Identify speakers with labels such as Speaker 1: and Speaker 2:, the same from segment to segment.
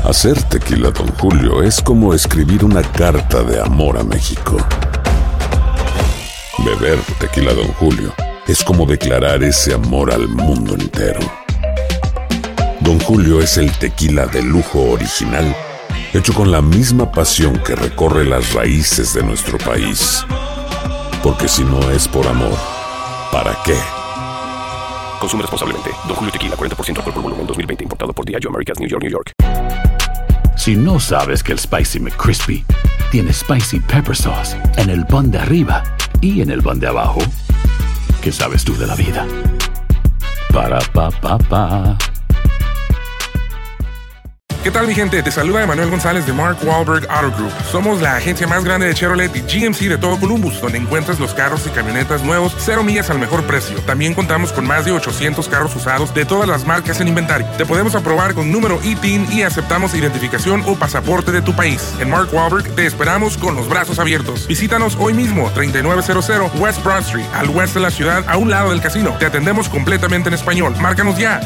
Speaker 1: Hacer tequila Don Julio es como escribir una carta de amor a México. Beber tequila Don Julio es como declarar ese amor al mundo entero. Don Julio es el tequila de lujo original, hecho con la misma pasión que recorre las raíces de nuestro país. Porque si no es por amor, ¿para qué?
Speaker 2: Consume responsablemente. Don Julio Tequila, 40% alcohol por volumen, 2020. Importado por Diageo Americas, New York, New York.
Speaker 3: Si no sabes que el Spicy McCrispy tiene Spicy Pepper Sauce en el pan de arriba y en el pan de abajo, ¿qué sabes tú de la vida? Para, pa, pa, pa.
Speaker 4: ¿Qué tal, mi gente? Te saluda Emanuel González de Mark Wahlberg Auto Group. Somos la agencia más grande de Chevrolet y GMC de todo Columbus, donde encuentras los carros y camionetas nuevos, 0 millas al mejor precio. También contamos con más de 800 carros usados de todas las marcas en inventario. Te podemos aprobar con número ITIN y aceptamos identificación o pasaporte de tu país. En Mark Wahlberg te esperamos con los brazos abiertos. Visítanos hoy mismo, 3900 West Broad Street, al oeste de la ciudad, a un lado del casino. Te atendemos completamente en español. Márcanos ya,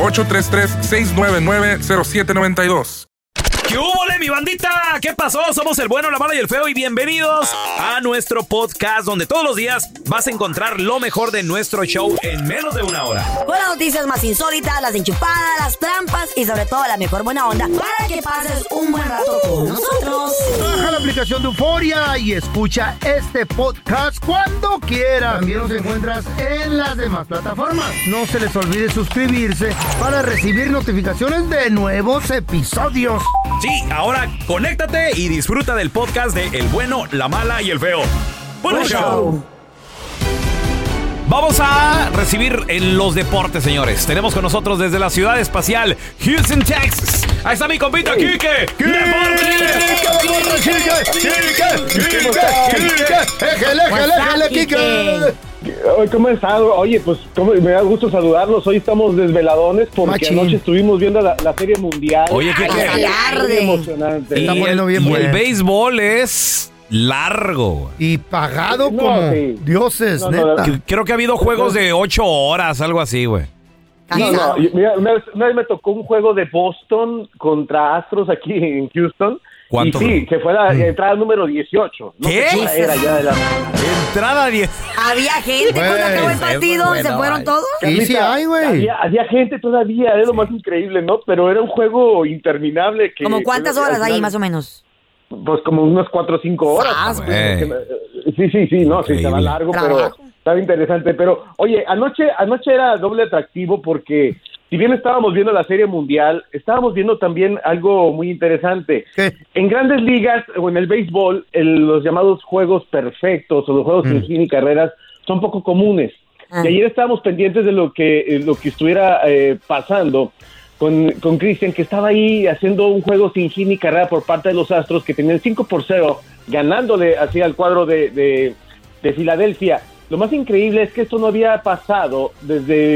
Speaker 4: 833-699-0792.
Speaker 5: ¿Qué hubo, mi bandita? ¿Qué pasó? Somos el bueno, la mala y el feo y bienvenidos a nuestro podcast donde todos los días vas a encontrar lo mejor de nuestro show en menos de una hora.
Speaker 6: Con las noticias más insólitas, las enchupadas, las trampas y sobre todo la mejor buena onda para que pases un buen rato con nosotros.
Speaker 7: Baja la aplicación de Euforia y escucha este podcast cuando quieras. También nos encuentras en las demás plataformas. No se les olvide suscribirse para recibir notificaciones de nuevos episodios.
Speaker 5: Sí, ahora conéctate y disfruta del podcast de El Bueno, la Mala y el Feo. ¡Buen show! Vamos a recibir en los deportes, señores. Tenemos con nosotros desde la ciudad espacial, Houston, Texas. Ahí está mi compita, Quique.
Speaker 8: ¿Cómo estás? Oye, pues me da gusto saludarlos. Hoy estamos desveladones porque anoche estuvimos viendo la Serie Mundial.
Speaker 5: Oye, Quique.
Speaker 8: Muy emocionante.
Speaker 7: Está poniendo bien
Speaker 5: y
Speaker 7: bueno.
Speaker 5: El béisbol es largo.
Speaker 7: Y pagado como dioses, neta.
Speaker 5: Creo que ha habido juegos de 8 horas, algo así, güey.
Speaker 8: No, mira, una vez me tocó un juego de Boston contra Astros aquí en Houston.
Speaker 5: ¿Cuánto?
Speaker 8: Y sí, que fue la entrada número 18. No
Speaker 5: ¿Qué?
Speaker 8: Era ya de la...
Speaker 5: Entrada 10.
Speaker 6: Había gente cuando acabó el partido, se fueron todos.
Speaker 7: Sí, hay, güey.
Speaker 8: Había gente todavía, era lo más increíble, ¿no? Pero era un juego interminable.
Speaker 6: ¿Como cuántas horas ahí, más o menos?
Speaker 8: Pues como unas 4 o 5 horas. Sí, no, sí, se va largo, pero estaba interesante. Pero, oye, anoche era doble atractivo porque si bien estábamos viendo la Serie Mundial, estábamos viendo también algo muy interesante.
Speaker 7: ¿Qué?
Speaker 8: En Grandes Ligas o en el béisbol, los llamados juegos perfectos o los juegos sin hit y carreras son poco comunes. Y ayer estábamos pendientes de lo que estuviera pasando con Cristian, que estaba ahí haciendo un juego sin hit ni carrera por parte de los Astros, que tenían 5-0, ganándole hacia el cuadro de Filadelfia. Lo más increíble es que esto no había pasado desde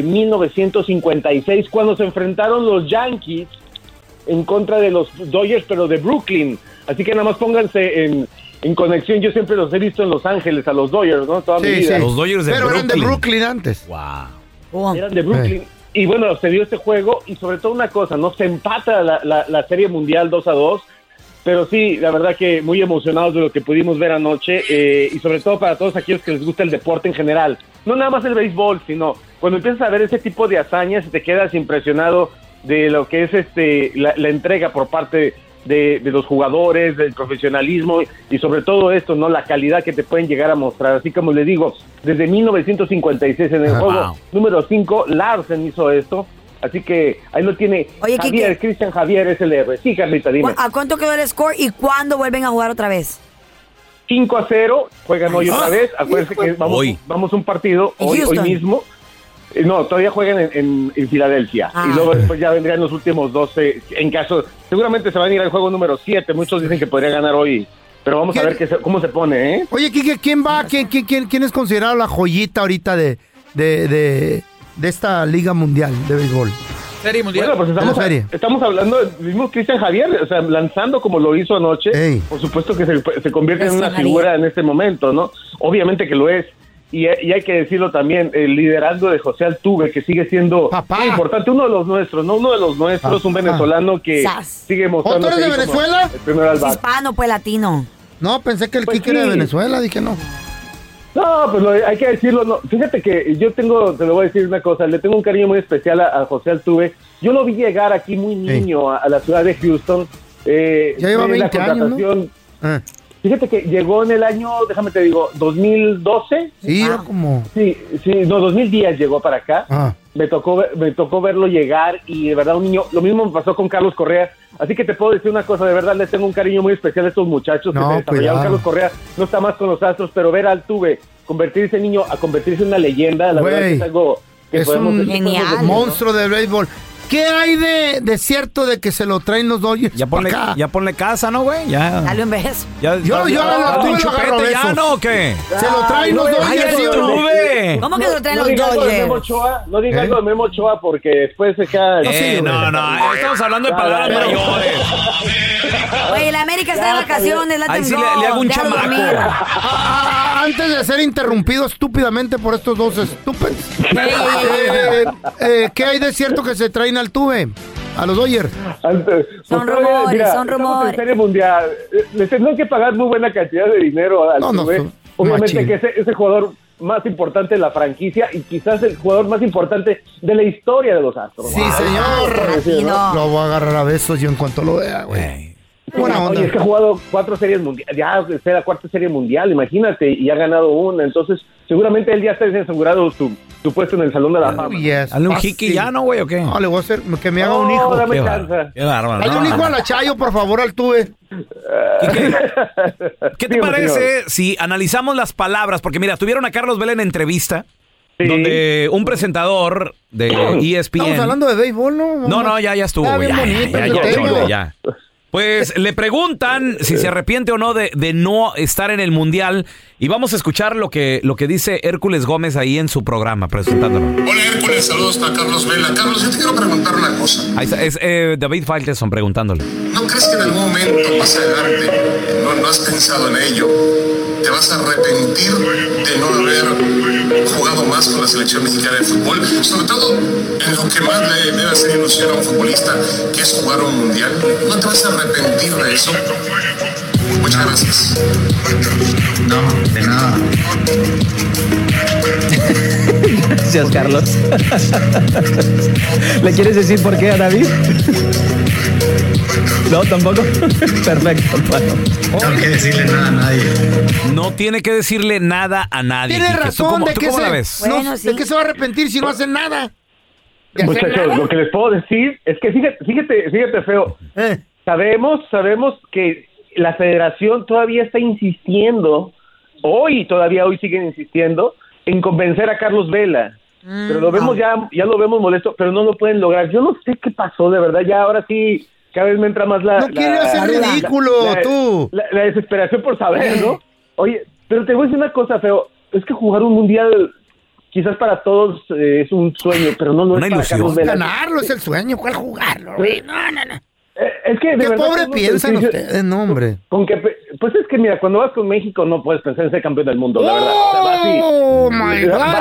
Speaker 8: 1956, cuando se enfrentaron los Yankees en contra de los Dodgers, pero de Brooklyn. Así que nada más pónganse en conexión. Yo siempre los he visto en Los Ángeles, a los Dodgers, ¿no? Toda mi vida.
Speaker 5: Los Dodgers de
Speaker 7: Pero
Speaker 5: Brooklyn.
Speaker 7: eran de Brooklyn antes.
Speaker 5: Wow.
Speaker 8: Eran de Brooklyn. Y bueno, se dio este juego y sobre todo una cosa, ¿no? Se empata la Serie Mundial 2-2. Pero sí, la verdad que muy emocionados de lo que pudimos ver anoche y sobre todo para todos aquellos que les gusta el deporte en general. No nada más el béisbol, sino cuando empiezas a ver ese tipo de hazañas y te quedas impresionado de lo que es la entrega por parte de los jugadores, del profesionalismo y sobre todo esto, ¿no? La calidad que te pueden llegar a mostrar. Así como les digo, desde 1956 en el juego número 5, Larsen hizo esto. Así que ahí lo tiene.
Speaker 6: Oye,
Speaker 8: Javier, Cristian Javier es el héroe. Sí, Carlita, dime.
Speaker 6: ¿A cuánto quedó el score y cuándo vuelven a jugar otra vez?
Speaker 8: 5-0, juegan hoy otra vez. Acuérdense que vamos un partido hoy mismo. No, todavía juegan en Filadelfia. Y luego después ya vendrían los últimos 12. En caso, seguramente se van a ir al juego número 7. Muchos dicen que podría ganar hoy. Pero vamos a ver cómo se pone, ¿eh?
Speaker 7: Oye, Kike, ¿quién va? ¿Quién es considerado la joyita ahorita de esta Liga Mundial de Béisbol?
Speaker 9: Serie Mundial.
Speaker 8: Bueno, pues estamos hablando del mismo Cristian Javier, o sea, lanzando como lo hizo anoche. Por supuesto que se convierte en una figura en este momento, ¿no? Obviamente que lo es. y hay que decirlo también, el liderazgo de José Altuve, que sigue siendo muy importante, uno de los nuestros, un venezolano que sigue mostrando.
Speaker 7: ¿Otro eres de Venezuela?
Speaker 8: El primero al
Speaker 6: Es hispano, pues latino.
Speaker 7: No, pensé que el
Speaker 8: Pues
Speaker 7: Kike era de
Speaker 8: sí.
Speaker 7: Venezuela, dije no.
Speaker 8: No, pues hay que decirlo. No. Fíjate que te lo voy a decir una cosa, le tengo un cariño muy especial a José Altuve. Yo lo vi llegar aquí muy niño a la ciudad de Houston.
Speaker 7: Ya lleva 20 años, ¿no?
Speaker 8: Fíjate que llegó en el año, déjame te digo, 2012.
Speaker 7: Sí, era como...
Speaker 8: Sí, 2010 llegó para acá. Me tocó verlo llegar y de verdad un niño, lo mismo me pasó con Carlos Correa, así que te puedo decir una cosa, de verdad les tengo un cariño muy especial a estos muchachos que se desarrollaron. Carlos Correa no está más con los Astros, pero ver a Altuve convertirse niño a convertirse en una leyenda, la verdad es algo que
Speaker 7: es un
Speaker 6: genial,
Speaker 7: monstruo de béisbol. ¿Qué hay de cierto de que se lo traen los Dodgers?
Speaker 5: Ya ponle casa, ¿no, güey? Ya.
Speaker 6: Dale un beso.
Speaker 5: Yo
Speaker 7: dale un chupete,
Speaker 5: ¿ya no o qué?
Speaker 7: ¿Se lo traen los Dodgers?
Speaker 6: ¿Cómo que se lo traen los
Speaker 8: Dodgers? No digas algo de Memo Ochoa porque después se cae.
Speaker 5: No, estamos hablando de palabras mayores.
Speaker 6: Oye, la América está de vacaciones, la
Speaker 5: Ahí sí
Speaker 6: tembló.
Speaker 5: le hago un
Speaker 6: Déjalo
Speaker 5: chamaco.
Speaker 6: dormir.
Speaker 7: Antes de ser interrumpido estúpidamente por estos dos estúpidos, ¿qué hay de cierto que se traen al Tuve? A los Dodgers.
Speaker 6: Son rumores.
Speaker 8: En Serie Mundial. Les tendrán que pagar muy buena cantidad de dinero al Tuve. Obviamente que es el jugador más importante de la franquicia y quizás el jugador más importante de la historia de los Astros.
Speaker 7: Sí, señor. Lo voy a agarrar a besos yo en cuanto lo vea, güey. Buena onda.
Speaker 8: Oye, es que ha jugado 4 series mundiales, ya es la 4ª serie mundial, imagínate, y ha ganado una, entonces seguramente él ya está asegurado su puesto en el Salón de la Fama.
Speaker 5: Dale un jiqui ya, ¿no, güey, o qué?
Speaker 7: No, le voy a hacer que me haga un hijo.
Speaker 8: Dame chance.
Speaker 5: Qué bárbaro.
Speaker 7: Hay un hijo a la Chayo, por favor, al Tuve.
Speaker 5: ¿Qué te parece si analizamos las palabras? Porque mira, tuvieron a Carlos Vela en entrevista, donde un presentador de ESPN...
Speaker 7: Estamos hablando de béisbol, ¿no?
Speaker 5: No, ya estuvo, güey. Ya. Pues le preguntan si se arrepiente o no de no estar en el Mundial. Y vamos a escuchar lo que dice Hércules Gómez ahí en su programa, presentándolo.
Speaker 9: Hola Hércules, saludos a Carlos Vela. Carlos, yo te quiero preguntar una cosa.
Speaker 5: Ahí está, es David Faitelson preguntándole.
Speaker 9: ¿No crees que en algún momento más adelante no has pensado en ello? ¿Te vas a arrepentir de no haber jugado más con la selección mexicana de fútbol? Sobre todo en lo que más le debe hacer ilusión a un futbolista, que es jugar un mundial. ¿No te vas a arrepentir de eso? Muchas gracias.
Speaker 10: No, de nada.
Speaker 11: Gracias, Carlos. ¿Le quieres decir por qué a David? No, tampoco. Perfecto, bueno.
Speaker 10: No tengo que decirle nada a nadie.
Speaker 5: No tiene que decirle nada a nadie.
Speaker 7: Tiene razón.
Speaker 5: ¿Tú cómo la ves?
Speaker 6: Bueno, sí.
Speaker 7: ¿De qué se va a arrepentir si no hacen nada?
Speaker 8: Muchachos, lo que les puedo decir es que fíjate feo. Sabemos que la federación todavía está insistiendo, hoy siguen insistiendo en convencer a Carlos Vela. Pero lo vemos ya lo vemos molesto, pero no lo pueden lograr. Yo no sé qué pasó, de verdad, ya ahora sí cada vez me entra más la...
Speaker 7: No quiere hacer ridículo, tú.
Speaker 8: La desesperación por saber, ¿no? Oye, pero te voy a decir una cosa, feo, es que jugar un mundial... Quizás para todos es un sueño, pero no
Speaker 5: una
Speaker 8: es
Speaker 5: ilusión.
Speaker 8: para Carlos Vela.
Speaker 7: Ganarlo es el sueño, ¿cuál jugarlo? Güey? No.
Speaker 8: Es que de
Speaker 7: ¿Qué
Speaker 8: verdad,
Speaker 7: pobre piensan ustedes, no, hombre?
Speaker 8: Pues es que mira, cuando vas con México no puedes pensar en ser campeón del mundo, la verdad.
Speaker 7: ¡Oh, my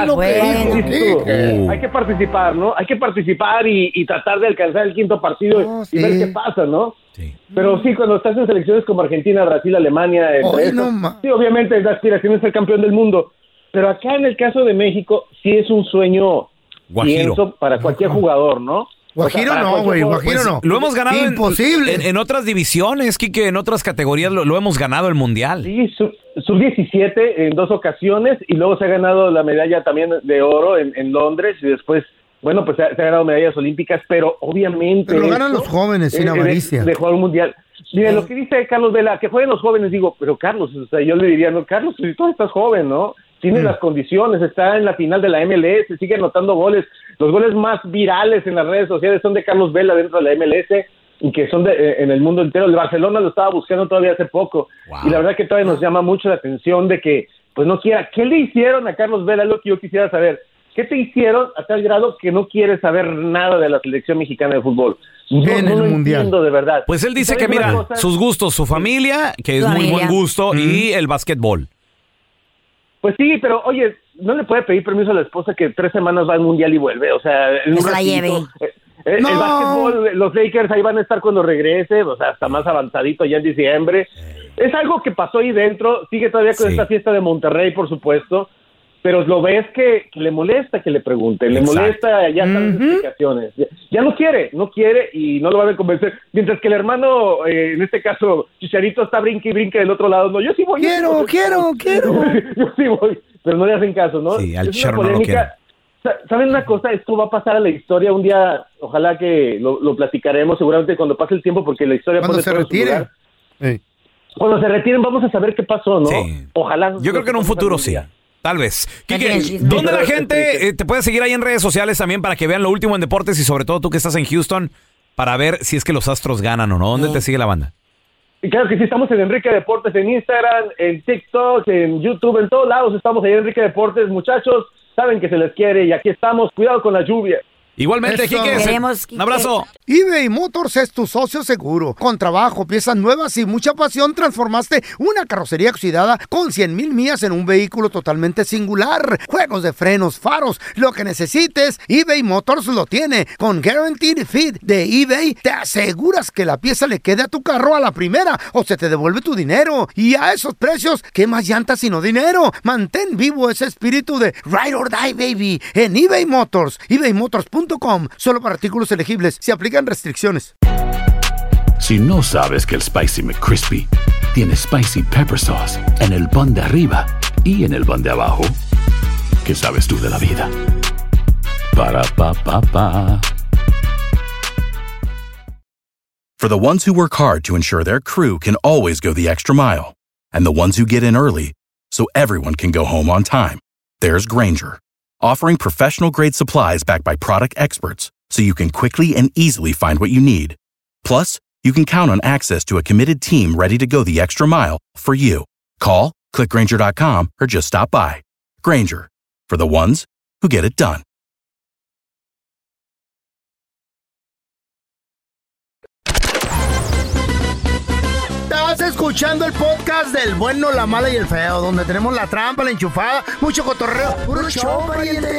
Speaker 7: God!
Speaker 8: Hay que participar, ¿no? Hay que participar y tratar de alcanzar el 5º partido y ver qué pasa, ¿no?
Speaker 5: Sí.
Speaker 8: Pero sí, cuando estás en selecciones como Argentina, Brasil, Alemania, sí, obviamente la aspiración es ser campeón del mundo. Pero acá en el caso de México, sí es un sueño pienso para cualquier jugador, ¿no?
Speaker 7: Guajiro no, güey, Guajiro no.
Speaker 5: Lo hemos ganado
Speaker 7: imposible.
Speaker 5: En otras divisiones, Quique, en otras categorías lo hemos ganado el Mundial.
Speaker 8: Sí, sub-17 en 2 ocasiones y luego se ha ganado la medalla también de oro en Londres y después, bueno, pues se ha ganado medallas olímpicas, pero obviamente...
Speaker 7: Pero lo ganan los jóvenes, sin avaricia.
Speaker 8: De jugar un mundial. Mira, lo que dice Carlos Vela, que jueguen los jóvenes, digo, pero Carlos, o sea, yo le diría, no, Carlos, si tú estás joven, ¿no? Tienes las condiciones, está en la final de la MLS, sigue anotando goles. Los goles más virales en las redes sociales son de Carlos Vela dentro de la MLS y que son en el mundo entero. El Barcelona lo estaba buscando todavía hace poco. Wow. Y la verdad que todavía nos llama mucho la atención de que, pues no quiera. ¿Qué le hicieron a Carlos Vela? Es lo que yo quisiera saber. ¿Qué te hicieron a tal grado que no quieres saber nada de la selección mexicana de fútbol? No lo entiendo de verdad.
Speaker 5: Pues él dice que, mira, sus gustos, su familia, que es muy buen gusto, y el básquetbol.
Speaker 8: Pues sí, pero oye, no le puede pedir permiso a la esposa que 3 semanas va al mundial y vuelve, o sea, en un
Speaker 6: la lleve.
Speaker 8: El básquetbol, los Lakers ahí van a estar cuando regrese, o sea, hasta más avanzadito ya en diciembre. Es algo que pasó ahí dentro, sigue todavía con esta fiesta de Monterrey, por supuesto, pero lo ves que le molesta que le pregunten, le molesta ya las explicaciones. Ya no quiere y no lo van a convencer. Mientras que el hermano, en este caso, Chicharito, está brinque y brinque del otro lado. No, yo sí voy.
Speaker 7: Quiero.
Speaker 8: Yo sí voy, pero no le hacen caso, ¿no?
Speaker 5: Sí, al
Speaker 8: es una
Speaker 5: Chicharro no lo
Speaker 8: polémica.
Speaker 5: quiere.
Speaker 8: ¿Saben una cosa? Esto va a pasar a la historia un día, ojalá que lo platicaremos seguramente cuando pase el tiempo, porque la historia
Speaker 7: cuando
Speaker 8: pone
Speaker 7: se
Speaker 8: todo en su
Speaker 7: retire.
Speaker 8: lugar.
Speaker 7: Sí.
Speaker 8: Cuando se retiren vamos a saber qué pasó, ¿no?
Speaker 5: Sí.
Speaker 8: Ojalá.
Speaker 5: Yo creo que en un futuro sí. Tal vez. Quique,
Speaker 6: Sí.
Speaker 5: ¿dónde la gente te puede seguir ahí en redes sociales también para que vean lo último en deportes y sobre todo tú que estás en Houston para ver si es que los Astros ganan o no? ¿Dónde te sigue la banda?
Speaker 8: Y claro que sí, estamos en Enrique Deportes, en Instagram, en TikTok, en YouTube, en todos lados estamos ahí en Enrique Deportes. Muchachos, saben que se les quiere y aquí estamos. Cuidado con la lluvia.
Speaker 5: Igualmente,
Speaker 7: Eso.
Speaker 5: Quique.
Speaker 6: Queremos,
Speaker 5: Un abrazo.
Speaker 7: eBay Motors es tu socio seguro. Con trabajo, piezas nuevas y mucha pasión, transformaste una carrocería oxidada con 100,000 millas en un vehículo totalmente singular. Juegos de frenos, faros, lo que necesites, eBay Motors lo tiene. Con Guaranteed Fit de eBay, te aseguras que la pieza le quede a tu carro a la primera o se te devuelve tu dinero. Y a esos precios, ¿qué más llantas sino dinero? Mantén vivo ese espíritu de Ride or Die, baby, en eBay Motors. ebaymotors.com. Solo para artículos elegibles. Se aplican restricciones.
Speaker 3: Si no sabes que el Spicy McCrispy tiene Spicy Pepper Sauce en el pan de arriba y en el pan de abajo, ¿qué sabes tú de la vida? Para, pa, pa, pa.
Speaker 12: For the ones who work hard to ensure their crew can always go the extra mile, and the ones who get in early so everyone can go home on time, there's Grainger, offering professional-grade supplies backed by product experts so you can quickly and easily find what you need. Plus, you can count on access to a committed team ready to go the extra mile for you. Call, click Grainger.com, or just stop by. Grainger, for the ones who get it done.
Speaker 7: Estás escuchando el podcast del bueno, la mala y el feo, donde tenemos la trampa, la enchufada, mucho cotorreo. ¡Puro show, pariente!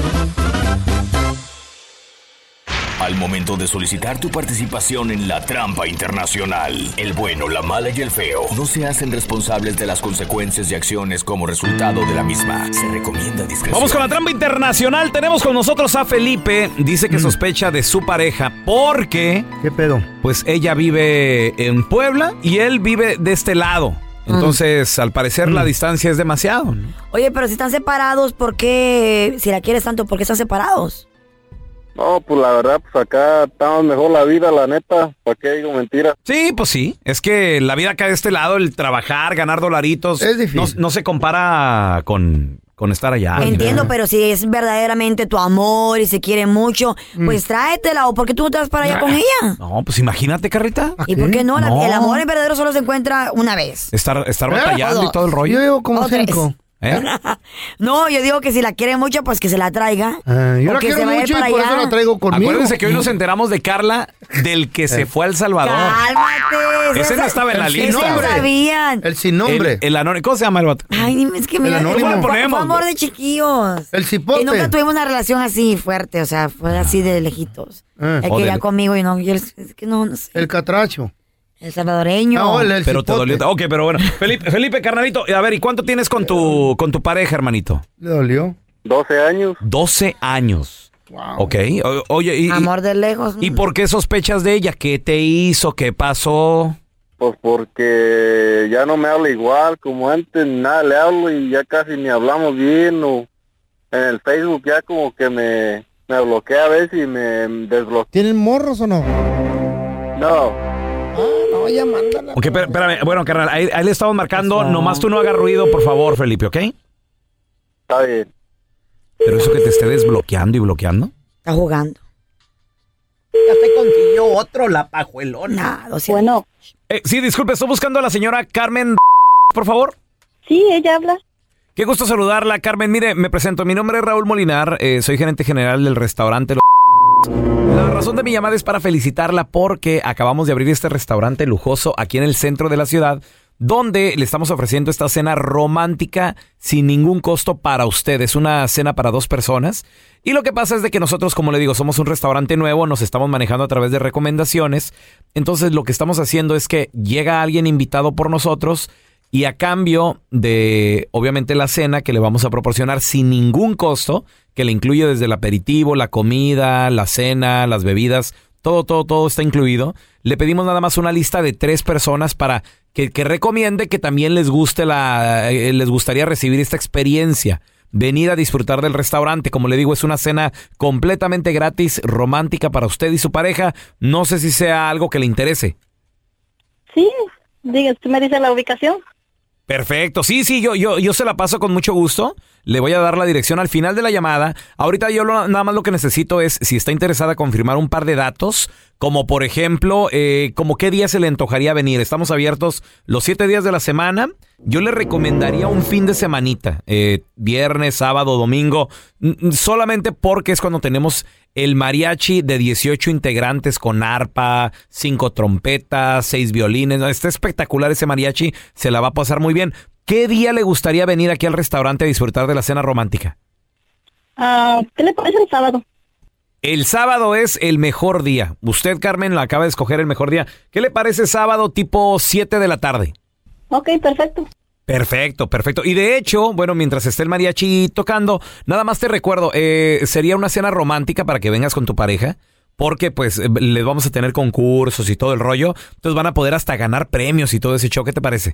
Speaker 13: Al momento de solicitar tu participación en la trampa internacional, el bueno, la mala y el feo no se hacen responsables de las consecuencias y acciones como resultado de la misma. Se recomienda discreción.
Speaker 5: Vamos con la trampa internacional. Tenemos con nosotros a Felipe. Dice que sospecha de su pareja porque...
Speaker 7: ¿Qué pedo?
Speaker 5: Pues ella vive en Puebla y él vive de este lado. Entonces, al parecer, la distancia es demasiado, ¿no?
Speaker 6: Oye, pero si están separados, ¿por qué? Si la quieres tanto, ¿por qué están separados?
Speaker 14: No, pues la verdad, pues acá estamos mejor la vida, la neta. ¿Para qué digo mentiras?
Speaker 5: Sí, pues sí. Es que la vida acá de este lado, el trabajar, ganar dolaritos,
Speaker 7: es difícil.
Speaker 5: No se compara con estar allá.
Speaker 6: Entiendo, pero si es verdaderamente tu amor y se quiere mucho, pues tráetela. ¿O por qué tú no te vas para allá con ella?
Speaker 5: No, pues imagínate, Carrita.
Speaker 6: ¿Y por qué no?
Speaker 5: No.
Speaker 6: El amor en verdadero solo se encuentra una vez.
Speaker 5: Estar batallando y todo el rollo.
Speaker 7: Yo digo como 5.
Speaker 5: ¿Eh?
Speaker 6: No, yo digo que si la quiere mucho, pues que se la traiga.
Speaker 7: Yo
Speaker 6: O
Speaker 7: la
Speaker 6: que
Speaker 7: quiero
Speaker 6: se vaya
Speaker 7: mucho y
Speaker 6: para
Speaker 7: por
Speaker 6: allá.
Speaker 7: eso la traigo conmigo.
Speaker 5: Acuérdense que hoy nos enteramos de Carla, del que se fue a El Salvador.
Speaker 6: Cálmate.
Speaker 5: Ese no estaba en la lista.
Speaker 6: No sabían.
Speaker 7: El sin nombre.
Speaker 5: El anónimo. ¿Cómo se llama el vato?
Speaker 6: Ay, dime, es que mira,
Speaker 7: anónimo.
Speaker 6: fue amor de chiquillos.
Speaker 7: El cipote.
Speaker 6: Y nunca tuvimos una relación así fuerte, o sea, fue así de lejitos. Él
Speaker 5: O
Speaker 6: quería
Speaker 5: de-
Speaker 6: conmigo y no, es que no sé.
Speaker 7: El catracho.
Speaker 6: El salvadoreño.
Speaker 5: Pero te dolió. Ok, pero bueno. Felipe, carnalito, a ver, ¿y cuánto tienes con tu pareja, hermanito?
Speaker 7: ¿Le dolió?
Speaker 14: 12 años.
Speaker 5: 12 años.
Speaker 7: Wow.
Speaker 5: Ok. Oye,
Speaker 6: Amor de lejos.
Speaker 5: ¿Y por qué sospechas de ella? ¿Qué te hizo? ¿Qué pasó?
Speaker 14: Pues porque ya no me habla igual como antes, nada le hablo y ya casi ni hablamos bien, o en el Facebook ya como que me bloquea a veces y me desbloquea.
Speaker 7: ¿Tienen morros o no?
Speaker 14: No.
Speaker 7: No, ya mándala.
Speaker 5: Ok, espérame. Bueno, carnal, ahí le estamos marcando. Nomás tú no hagas ruido, por favor, Felipe, ¿ok?
Speaker 14: Está bien.
Speaker 5: Pero eso que te esté desbloqueando y bloqueando.
Speaker 6: Está jugando.
Speaker 7: Ya te consiguió otro, la pajuelona.
Speaker 6: Bueno.
Speaker 5: Sí, disculpe, estoy buscando a la señora Carmen, por favor.
Speaker 15: Sí, ella habla.
Speaker 5: Qué gusto saludarla, Carmen. Mire, me presento. Mi nombre es Raúl Molinar. Soy gerente general del restaurante La razón de mi llamada es para felicitarla porque acabamos de abrir este restaurante lujoso aquí en el centro de la ciudad, donde le estamos ofreciendo esta cena romántica sin ningún costo para usted. Es una cena para 2 personas. Y lo que pasa es de que nosotros, como le digo, somos un restaurante nuevo, nos estamos manejando a través de recomendaciones. Entonces lo que estamos haciendo es que llega alguien invitado por nosotros y a cambio de, obviamente, la cena que le vamos a proporcionar sin ningún costo, que le incluye desde el aperitivo, la comida, la cena, las bebidas, todo está incluido. Le pedimos nada más una lista de 3 personas para que recomiende que también les gustaría recibir esta experiencia. Venir a disfrutar del restaurante. Como le digo, es una cena completamente gratis, romántica para usted y su pareja. No sé si sea algo que le interese.
Speaker 15: Sí, diga, ¿tú me dices la ubicación?
Speaker 5: Perfecto, sí, yo se la paso con mucho gusto. Le voy a dar la dirección al final de la llamada. Ahorita nada más lo que necesito es, si está interesada, confirmar un par de datos, como por ejemplo, como qué día se le antojaría venir. Estamos abiertos los 7 días de la semana. Yo le recomendaría un fin de semanita, viernes, sábado, domingo, solamente porque es cuando tenemos el mariachi de 18 integrantes con arpa, 5 trompetas, 6 violines. Está espectacular ese mariachi, se la va a pasar muy bien. ¿Qué día le gustaría venir aquí al restaurante a disfrutar de la cena romántica?
Speaker 15: ¿Qué le parece el sábado?
Speaker 5: El sábado es el mejor día. Usted, Carmen, la acaba de escoger el mejor día. ¿Qué le parece sábado tipo 7 de la tarde?
Speaker 15: Ok, perfecto.
Speaker 5: Perfecto. Y de hecho, bueno, mientras esté el mariachi tocando, nada más te recuerdo, sería una cena romántica para que vengas con tu pareja, porque pues les vamos a tener concursos y todo el rollo. Entonces van a poder hasta ganar premios y todo ese show. ¿Qué te parece?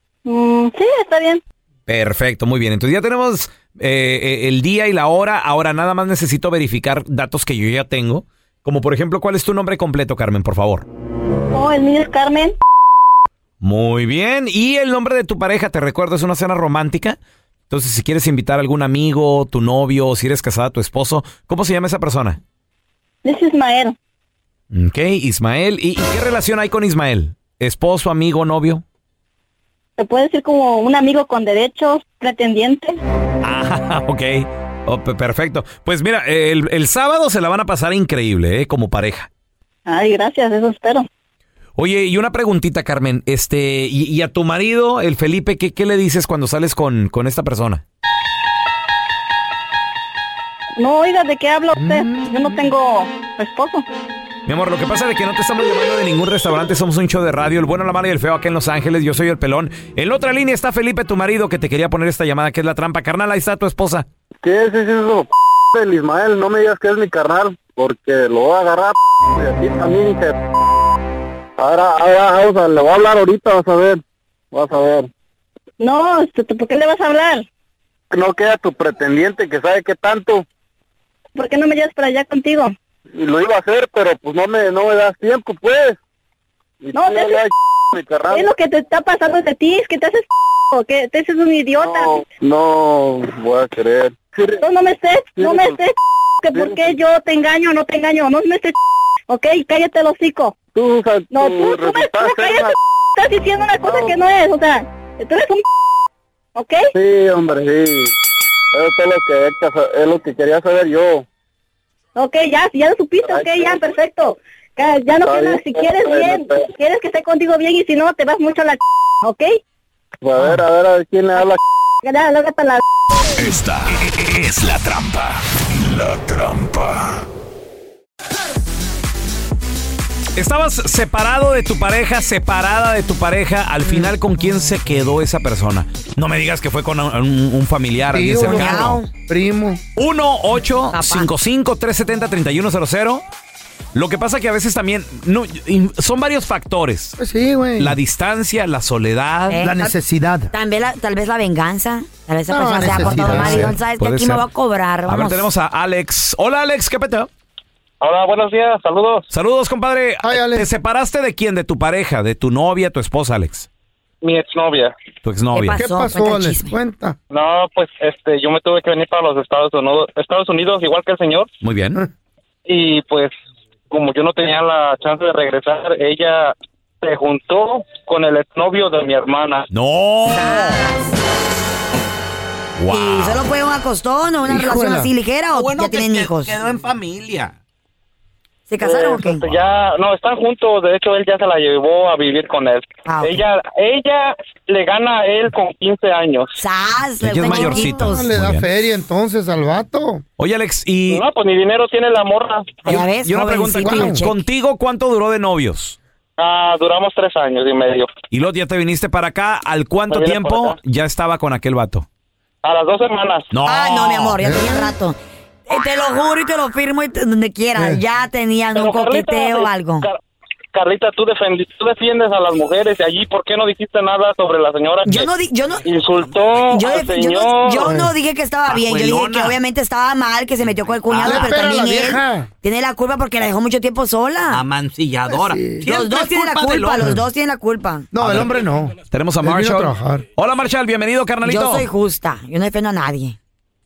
Speaker 15: Sí, está bien.
Speaker 5: Perfecto, muy bien. Entonces ya tenemos el día y la hora. Ahora nada más necesito verificar datos que yo ya tengo. Como por ejemplo, ¿cuál es tu nombre completo, Carmen, por favor?
Speaker 15: El mío es Carmen.
Speaker 5: Muy bien. Y el nombre de tu pareja, te recuerdo, es una cena romántica. Entonces, si quieres invitar a algún amigo, tu novio, si eres casada, tu esposo, ¿cómo se llama esa persona?
Speaker 15: Es Ismael.
Speaker 5: Ok, Ismael. ¿Y qué relación hay con Ismael? ¿Esposo, amigo, novio?
Speaker 15: Se puede decir como un amigo con derechos, pretendiente.
Speaker 5: Ah, ok. Perfecto. Pues mira, el sábado se la van a pasar increíble, como pareja.
Speaker 15: Ay, gracias, eso espero.
Speaker 5: Oye, y una preguntita, Carmen, y a tu marido, el Felipe, ¿qué le dices cuando sales con esta persona?
Speaker 15: No, oiga, ¿de qué habla usted? Yo no tengo esposo.
Speaker 5: Mi amor, lo que pasa es que no te estamos llamando de ningún restaurante, somos un show de radio, el bueno, la mala y el feo acá en Los Ángeles, yo soy el pelón. En la otra línea está Felipe, tu marido, que te quería poner esta llamada, que es la trampa. Carnal, ahí está tu esposa.
Speaker 14: ¿Qué es eso, el Ismael? No me digas que es mi carnal, porque lo voy a agarrar, y aquí también, que... Ahora, le voy a hablar ahorita, vas a ver.
Speaker 15: No, ¿por qué le vas a hablar?
Speaker 14: No queda tu pretendiente que sabe qué tanto.
Speaker 15: ¿Por qué no me llevas para allá contigo?
Speaker 14: Y lo iba a hacer, pero pues no me das tiempo, pues. Y
Speaker 15: no, es lo que te está pasando de ti, es que te haces que te haces un idiota.
Speaker 14: No voy a creer.
Speaker 15: No me estés, que por qué yo te engaño o no te engaño, no me estés, ok, cállate el hocico.
Speaker 14: Tú cállate,
Speaker 15: estás diciendo una cosa que no es, o sea, tú eres un ¿ok?
Speaker 14: Sí, hombre, sí. Eso es lo que quería saber yo.
Speaker 15: Ok, ya lo supiste, ok, ya, perfecto. Ya no quieres, si quieres bien, quieres que esté contigo bien y si no, te vas mucho a la ¿ok?
Speaker 14: Pues a ver, ¿quién le habla?
Speaker 15: Ya, lógate la
Speaker 13: Esta es la trampa.
Speaker 1: La trampa.
Speaker 5: Estabas separado de tu pareja, separada de tu pareja. Al final, ¿con quién se quedó esa persona? No me digas que fue con un familiar, alguien cercano.
Speaker 7: Primo.
Speaker 5: 1-855-370-3100. Lo que pasa que a veces también son varios factores.
Speaker 7: Pues sí, güey.
Speaker 5: La distancia, la soledad,
Speaker 7: la necesidad.
Speaker 6: Tal vez la venganza. Tal vez esa persona se ha portado mal y no sabes que aquí me va a cobrar. Vamos.
Speaker 5: A ver, tenemos a Alex. Hola, Alex, ¿qué peteo?
Speaker 16: Hola, buenos días, saludos.
Speaker 5: Saludos, compadre.
Speaker 7: Ay, Alex.
Speaker 5: ¿Te separaste de quién? ¿De tu pareja? ¿De tu novia, tu esposa, Alex?
Speaker 16: Mi exnovia.
Speaker 5: ¿Tu exnovia?
Speaker 7: ¿Qué pasó, Alex? Cuenta.
Speaker 16: No, pues yo me tuve que venir para los Estados Unidos, igual que el señor.
Speaker 5: Muy bien.
Speaker 16: Y pues, como yo no tenía la chance de regresar, ella se juntó con el exnovio de mi hermana.
Speaker 5: ¡No!
Speaker 6: Wow. ¿Y solo fue un acostón o una relación así ligera o ya tienen hijos?
Speaker 5: Quedó en familia.
Speaker 6: ¿Se casaron o qué?
Speaker 16: Ya, no, están juntos. De hecho, él ya se la llevó a vivir con él.
Speaker 6: Okay.
Speaker 16: Ella le gana a él con 15 años.
Speaker 6: ¡Sas!
Speaker 5: Ella es mayorcita.
Speaker 7: No le da feria entonces al vato.
Speaker 5: Oye, Alex, y...
Speaker 16: No, pues ni dinero tiene la morra.
Speaker 5: Yo una pregunta, ¿contigo cuánto duró de novios?
Speaker 16: Duramos 3 años y medio.
Speaker 5: Y luego ya te viniste para acá. ¿Al cuánto tiempo ya estaba con aquel vato?
Speaker 16: A las 2 semanas.
Speaker 5: No.
Speaker 6: No, mi amor, ya tenía rato. Te lo juro y te lo firmo y donde quieras. Ya tenían un coqueteo o algo.
Speaker 16: Carlita, tú defiendes a las mujeres y allí, ¿por qué no dijiste nada sobre la señora que insultó al señor?
Speaker 6: Yo no dije que estaba bien, yo dije que obviamente estaba mal, que se metió con el cuñado, pero también él tiene la culpa porque la dejó mucho tiempo sola.
Speaker 5: Amancilladora.
Speaker 6: Los dos tienen la culpa,
Speaker 7: No, el hombre no.
Speaker 5: Tenemos a Marshall. Hola, Marshall, bienvenido, carnalito.
Speaker 6: Yo soy justa, yo no defiendo a nadie.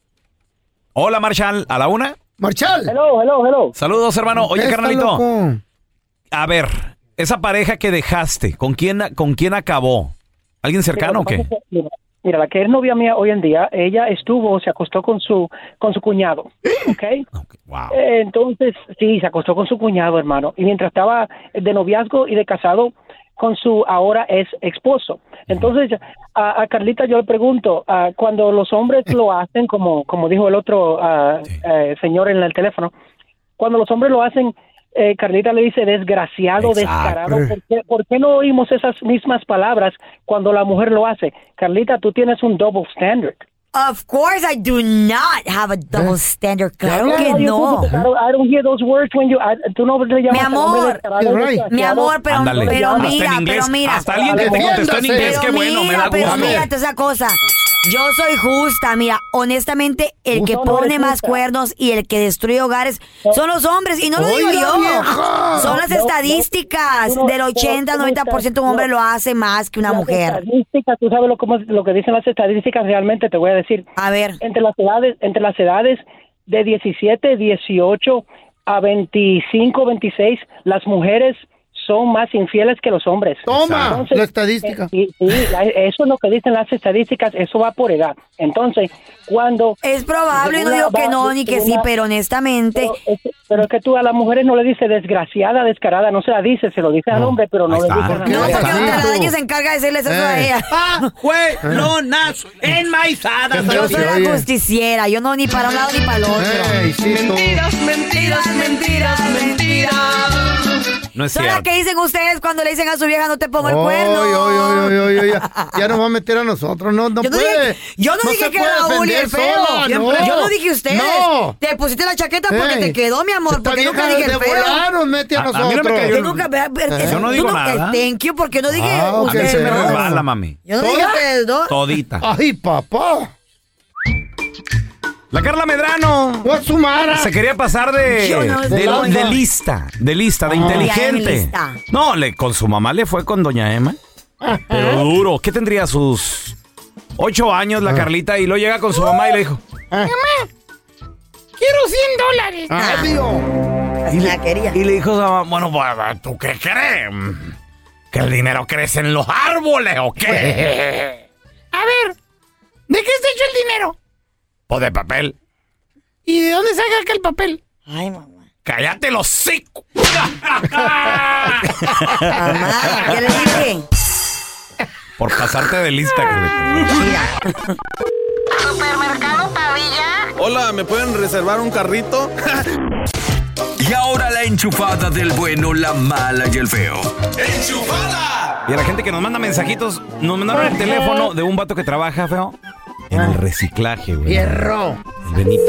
Speaker 5: Hola, Marshall, ¿a la una?
Speaker 7: Marshall.
Speaker 8: Hello.
Speaker 5: Saludos, hermano. Oye, carnalito. A ver, esa pareja que dejaste, ¿con quién acabó? ¿Alguien cercano o qué?
Speaker 17: Mira, la que es novia mía hoy en día, ella se acostó con su cuñado, ¿ok?
Speaker 5: Wow.
Speaker 17: Entonces, sí, se acostó con su cuñado, hermano. Y mientras estaba de noviazgo y de casado con su ahora esposo. Entonces, a Carlita yo le pregunto, cuando los hombres lo hacen, como dijo el otro señor en el teléfono, cuando los hombres lo hacen, Carlita le dice desgraciado, descarado. ¿Por qué no oímos esas mismas palabras cuando la mujer lo hace? Carlita, tú tienes un double standard.
Speaker 6: Of course I do not have a double standard. Claro que no.
Speaker 17: I don't hear those words when you... tú no le llamas
Speaker 6: mi amor, pero mira.
Speaker 5: Hasta alguien que te contestó en inglés, qué bueno, me da gusto.
Speaker 6: Pero mírate esa cosa. Yo soy justa, mira, honestamente, el que pone más cuernos y el que destruye hogares son los hombres, y no lo digo yo, son las estadísticas, del 80-90% un hombre lo hace más que una mujer.
Speaker 17: Estadísticas, tú sabes lo que dicen las estadísticas realmente, te voy a decir.
Speaker 6: A ver.
Speaker 17: Entre las edades de 17, 18 a 25, 26, las mujeres son más infieles que los hombres.
Speaker 7: Toma, entonces, la estadística.
Speaker 17: Sí, eso es lo que dicen las estadísticas, eso va por edad. Entonces, cuando...
Speaker 6: Es probable, no digo que no, ni que sí, pero honestamente...
Speaker 17: Pero es que tú a las mujeres no le dices desgraciada, descarada, no se la dices, se lo dices al hombre, pero no le dices nada.
Speaker 6: No, porque un telaraño se encarga de decirles eso a ella.
Speaker 5: Juelonas enmaizadas.
Speaker 6: Yo soy la justiciera, yo no ni para un lado ni para el otro. Mentiras.
Speaker 5: No es
Speaker 6: son
Speaker 5: cierto.
Speaker 6: las que dicen ustedes cuando le dicen a su vieja no te pongo el cuerno.
Speaker 7: Ya nos va a meter a nosotros, no puede.
Speaker 6: Yo no dije que era Uli el feo. Yo no dije ustedes. No. Te pusiste la chaqueta porque te quedó, mi amor, porque nunca dije el feo.
Speaker 7: Nos mete a nosotros.
Speaker 5: Yo no digo nada.
Speaker 6: Thank you, porque no dije
Speaker 5: ustedes.
Speaker 6: ustedes.
Speaker 5: Se me resbala, mami.
Speaker 6: Yo no dije ustedes dos.
Speaker 5: Todita.
Speaker 7: Ay, papá.
Speaker 5: La Carla Medrano se quería pasar de lista, de inteligente. No, con su mamá le fue con doña Emma. Pero duro. ¿Qué tendría? Sus 8 años la Carlita, y luego llega con su mamá y le dijo:
Speaker 18: mamá, quiero $100.
Speaker 5: Y le dijo a su mamá: bueno, ¿tú qué crees? ¿Que el dinero crece en los árboles o qué?
Speaker 18: A ver, ¿de qué está hecho el dinero?
Speaker 5: O de papel.
Speaker 18: ¿Y de dónde saca aquel papel?
Speaker 6: Ay, mamá.
Speaker 5: ¡Cállate los hocico!
Speaker 6: Mamá, ¿qué le dije?
Speaker 5: Por pasarte de lista.
Speaker 18: ¿Supermercado Pavilla?
Speaker 19: Hola, ¿me pueden reservar un carrito?
Speaker 13: Y ahora la enchufada del bueno, la mala y el feo.
Speaker 19: ¡Enchufada!
Speaker 5: Y a la gente que nos manda mensajitos, nos mandaron el teléfono de un vato que trabaja, feo, en el reciclaje, güey.
Speaker 7: Hierro.
Speaker 5: El Benito.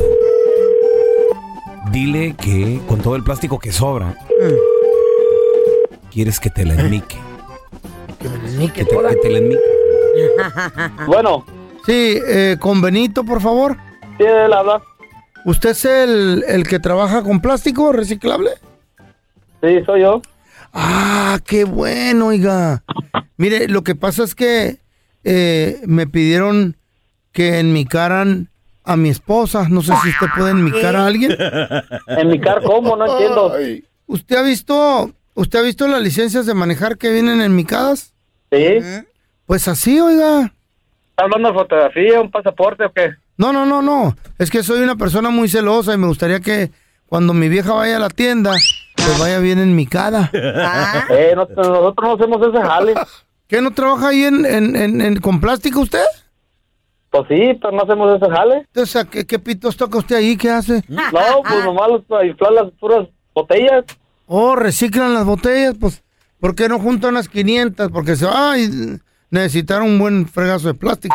Speaker 5: Dile que con todo el plástico que sobra, quieres que te la enmique. Que te la enmique.
Speaker 8: Bueno.
Speaker 7: Sí, con Benito, por favor.
Speaker 8: Sí, él habla.
Speaker 7: ¿Usted es el que trabaja con plástico reciclable?
Speaker 8: Sí, soy yo.
Speaker 7: Ah, qué bueno, oiga. Mire, lo que pasa es que me pidieron que enmicaran a mi esposa. No sé si usted puede enmicar a alguien.
Speaker 8: ¿Enmicar cómo? No entiendo.
Speaker 7: Ay, ¿Usted ha visto las licencias de manejar que vienen enmicadas?
Speaker 8: Sí.
Speaker 7: Pues así, oiga.
Speaker 8: ¿Está hablando de fotografía, un pasaporte o qué?
Speaker 7: No. Es que soy una persona muy celosa y me gustaría que cuando mi vieja vaya a la tienda pues vaya bien en mi cara.
Speaker 8: Nosotros no hacemos ese jale.
Speaker 7: ¿Qué, no trabaja ahí con plástico usted?
Speaker 8: Pues sí, pero no hacemos ese jale.
Speaker 7: Entonces, ¿qué pitos toca usted ahí? ¿Qué hace?
Speaker 8: No, pues nomás inflar las puras botellas.
Speaker 7: Oh, reciclan las botellas, pues, ¿por qué no juntan unas 500? Porque necesitaron un buen fregazo de plástico.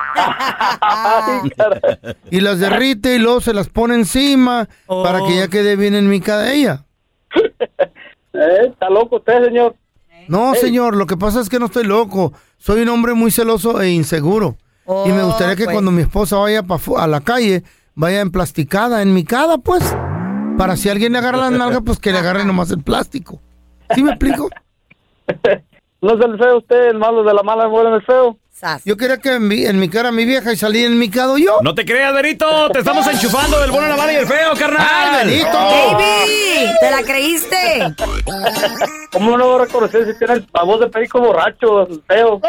Speaker 7: Y las derrite y luego se las pone encima para que ya quede bien en mi cara ella.
Speaker 8: ¿Está loco usted, señor?
Speaker 7: No, señor, lo que pasa es que no estoy loco. Soy un hombre muy celoso e inseguro. Y me gustaría que cuando mi esposa vaya a la calle, vaya emplasticada en mi cara, pues. Para si alguien le agarra las nalgas, pues que le agarre nomás el plástico. ¿Sí me explico?
Speaker 8: ¿No es el feo usted, el malo de la mala muere el feo?
Speaker 7: Yo quería que en mi cara mi vieja y salí enmicado yo.
Speaker 5: No te creas, Benito, te estamos enchufando del bueno, la mala y el feo, carnal.
Speaker 7: ¡Ay, Benito!
Speaker 6: ¡Baby! ¿Te la creíste?
Speaker 8: ¿Cómo no va a reconocer si tiene la voz de perico borracho, el feo?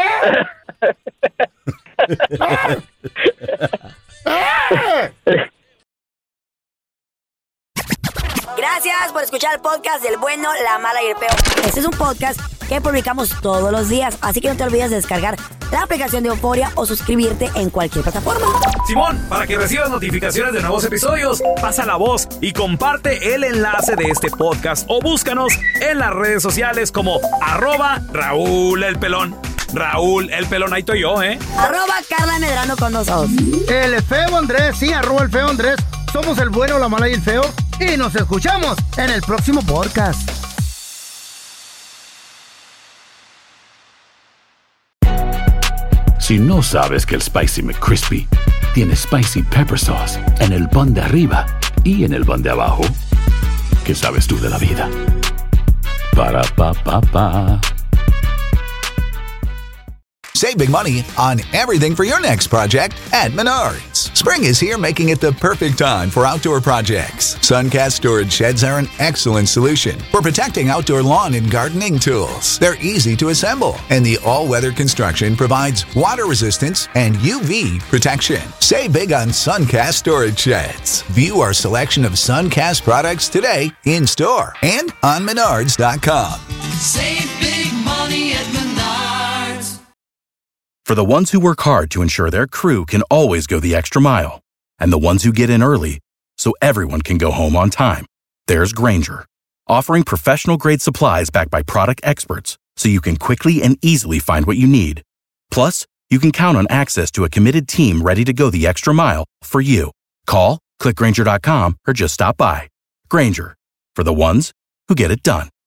Speaker 6: Gracias por escuchar el podcast del bueno, la mala y el feo. Este es un podcast que publicamos todos los días, así que no te olvides de descargar la aplicación de Euforia o suscribirte en cualquier plataforma.
Speaker 5: Simón, para que recibas notificaciones de nuevos episodios, pasa la voz y comparte el enlace de este podcast o búscanos en las redes sociales como @Raúl el Pelón. Raúl el Pelón, ahí estoy yo,
Speaker 6: @Carla Medrano con nosotros.
Speaker 7: El feo Andrés, sí, @el feo Andrés. Somos el bueno, la mala y el feo. Y nos escuchamos en el próximo podcast.
Speaker 3: Si no sabes que el Spicy McCrispy tiene Spicy Pepper Sauce en el pan de arriba y en el pan de abajo, ¿qué sabes tú de la vida? Para, pa, pa, pa.
Speaker 20: Save big money on everything for your next project at Menards. Spring is here, making it the perfect time for outdoor projects. Suncast storage sheds are an excellent solution for protecting outdoor lawn and gardening tools. They're easy to assemble, and the all-weather construction provides water resistance and UV protection. Save big on Suncast storage sheds. View our selection of Suncast products today in-store and on Menards.com.
Speaker 19: Save big money at Menards.
Speaker 12: For the ones who work hard to ensure their crew can always go the extra mile, and the ones who get in early so everyone can go home on time, there's Grainger, offering professional-grade supplies backed by product experts so you can quickly and easily find what you need. Plus, you can count on access to a committed team ready to go the extra mile for you. Call, click Grainger.com, or just stop by. Grainger, for the ones who get it done.